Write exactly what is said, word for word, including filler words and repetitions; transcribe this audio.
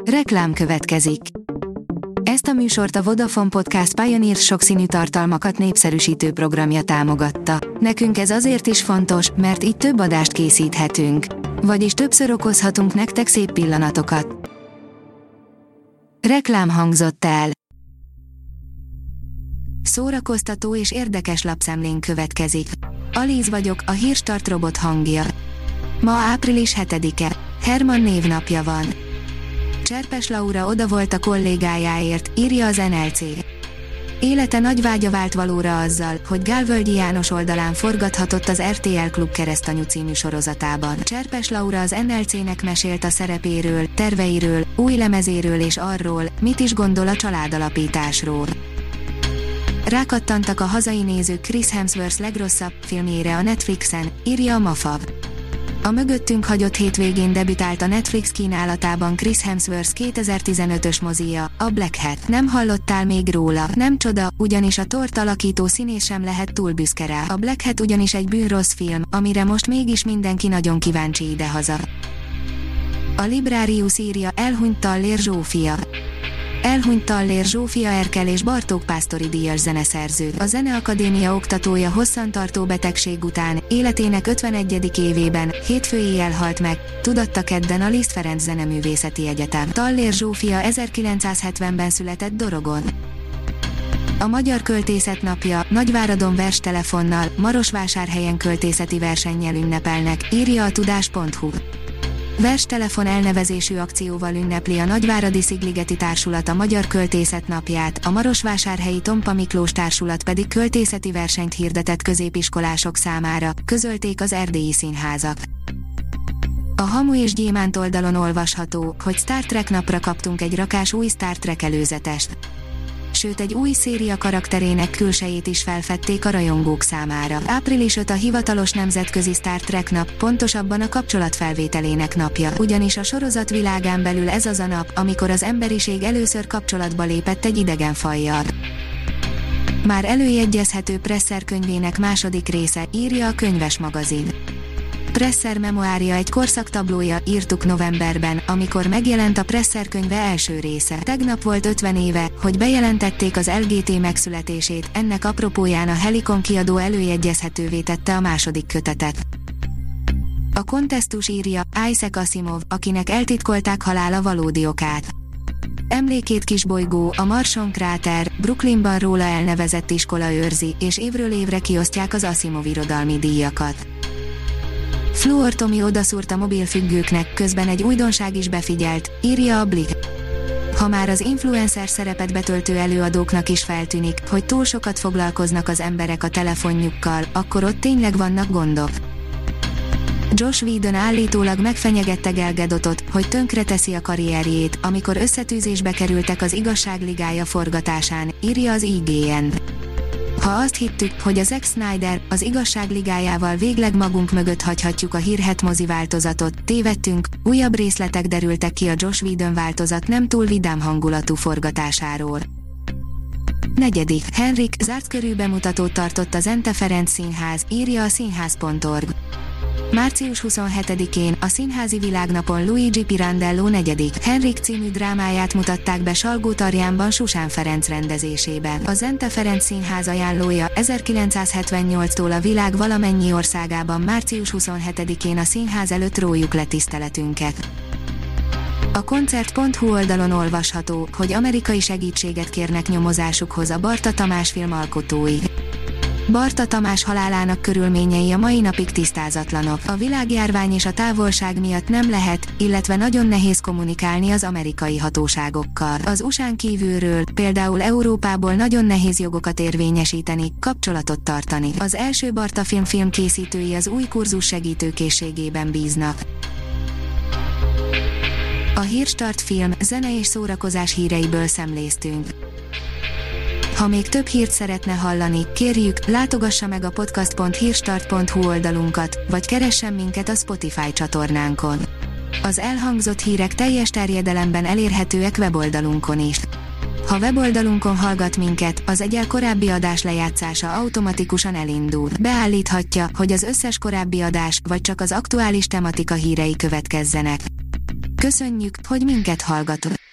Reklám következik. Ezt a műsort a Vodafone Podcast Pioneer sokszínű tartalmakat népszerűsítő programja támogatta. Nekünk ez azért is fontos, mert így több adást készíthetünk. Vagyis többször okozhatunk nektek szép pillanatokat. Reklám hangzott el. Szórakoztató és érdekes lapszemlén következik. Alíz vagyok, a Hírstart robot hangja. Ma április hetedike. Herman névnapja van. Cserpes Laura oda volt a kollégájáért, írja az en el cé. Élete nagy vágya vált valóra azzal, hogy Gálvölgyi János oldalán forgathatott az er té el Klub Keresztanyú című sorozatában. Cserpes Laura az en el cének mesélt a szerepéről, terveiről, új lemezéről és arról, mit is gondol a családalapításról. Rákattantak a hazai nézők Chris Hemsworth legrosszabb filmjére a Netflixen, írja a Mafav. A mögöttünk hagyott hétvégén debütált a Netflix kínálatában Chris Hemsworth kétezer-tizenötös mozija, a Black Hat. Nem hallottál még róla? Nem csoda, ugyanis a Thort alakító színész sem lehet túl büszke rá. A Black Hat ugyanis egy bűnrossz film, amire most mégis mindenki nagyon kíváncsi idehaza. A Librarius írja, elhunyt Tallér Zsófia. Elhunyt Tallér Zsófia Erkel és Bartók Pásztori díjas zeneszerző. A Zeneakadémia oktatója hosszantartó betegség után, életének ötvenegyedik évében, hétfő éjjel halt meg, tudatta kedden a Liszt Ferenc Zeneművészeti Egyetem. Tallér Zsófia ezerkilencszázhetvenben született Dorogon. A Magyar Költészet Napja, Nagyváradon verstelefonnal, Marosvásárhelyen költészeti versennyel ünnepelnek, írja a tudás pont hu. Verstelefon elnevezésű akcióval ünnepli a Nagyváradi Szigligeti Társulat a Magyar Költészet Napját, a Marosvásárhelyi Tompa Miklós Társulat pedig költészeti versenyt hirdetett középiskolások számára, közölték az erdélyi színházak. A Hamu és Gyémánt oldalon olvasható, hogy Star Trek napra kaptunk egy rakás új Star Trek előzetest. Sőt egy új széria karakterének külsejét is felfedték a rajongók számára. április ötödike a hivatalos nemzetközi Star Trek nap, pontosabban a kapcsolatfelvételének napja, ugyanis a sorozat világán belül ez az a nap, amikor az emberiség először kapcsolatba lépett egy idegen fajjal. Már előjegyezhető Presser könyvének második része, írja a Könyves magazin. Presser memoárja egy korszaktablója, írtuk novemberben, amikor megjelent a Presser könyve első része. Tegnap volt ötven éve, hogy bejelentették az el gé té megszületését, ennek apropóján a Helikon kiadó előjegyezhetővé tette a második kötetet. A Kontesztus írja, Isaac Asimov, akinek eltitkolták halála valódi okát. Emlékét kisbolygó, a Marson kráter, Brooklynban róla elnevezett iskola őrzi, és évről évre kiosztják az Asimov irodalmi díjakat. Fluor Tomi odaszúrt a mobilfüggőknek, közben egy újdonság is befigyelt, írja a Blick. Ha már az influencer szerepet betöltő előadóknak is feltűnik, hogy túl sokat foglalkoznak az emberek a telefonjukkal, akkor ott tényleg vannak gondok. Joss Whedon állítólag megfenyegette Gal Gadotot, hogy tönkreteszi a karrierjét, amikor összetűzésbe kerültek az Igazság Ligája forgatásán, írja az i gé en. Ha azt hittük, hogy a Zack Snyder, az Igazság Ligájával végleg magunk mögött hagyhatjuk a hírhedt mozi változatot, tévedtünk, újabb részletek derültek ki a Joss Whedon változat nem túl vidám hangulatú forgatásáról. Negyedik. Henrik zárt körű bemutatót tartott az Ente Ferenc Színház, írja a színház pont org. március huszonhetedikén, a Színházi Világnapon Luigi Pirandello negyedik. Henrik című drámáját mutatták be Salgótarjánban Susán Ferenc rendezésében. A Zente Ferenc Színház ajánlója ezerkilencszázhetvennyolctól a világ valamennyi országában március huszonhetedikén a színház előtt rójuk le tiszteletünket. A koncert pont hu oldalon olvasható, hogy amerikai segítséget kérnek nyomozásukhoz a Barta Tamás film alkotói. Barta Tamás halálának körülményei a mai napig tisztázatlanok. A világjárvány és a távolság miatt nem lehet, illetve nagyon nehéz kommunikálni az amerikai hatóságokkal. Az u es á-n kívülről, például Európából nagyon nehéz jogokat érvényesíteni, kapcsolatot tartani. Az első Barta film filmkészítői az új kurzus segítőkészségében bíznak. A Hírstart film, zene és szórakozás híreiből szemléztünk. Ha még több hírt szeretne hallani, kérjük, látogassa meg a podcast pont hírstart pont hu oldalunkat, vagy keressen minket a Spotify csatornánkon. Az elhangzott hírek teljes terjedelemben elérhetőek weboldalunkon is. Ha weboldalunkon hallgat minket, az egyel korábbi adás lejátszása automatikusan elindul. Beállíthatja, hogy az összes korábbi adás, vagy csak az aktuális tematika hírei következzenek. Köszönjük, hogy minket hallgatod!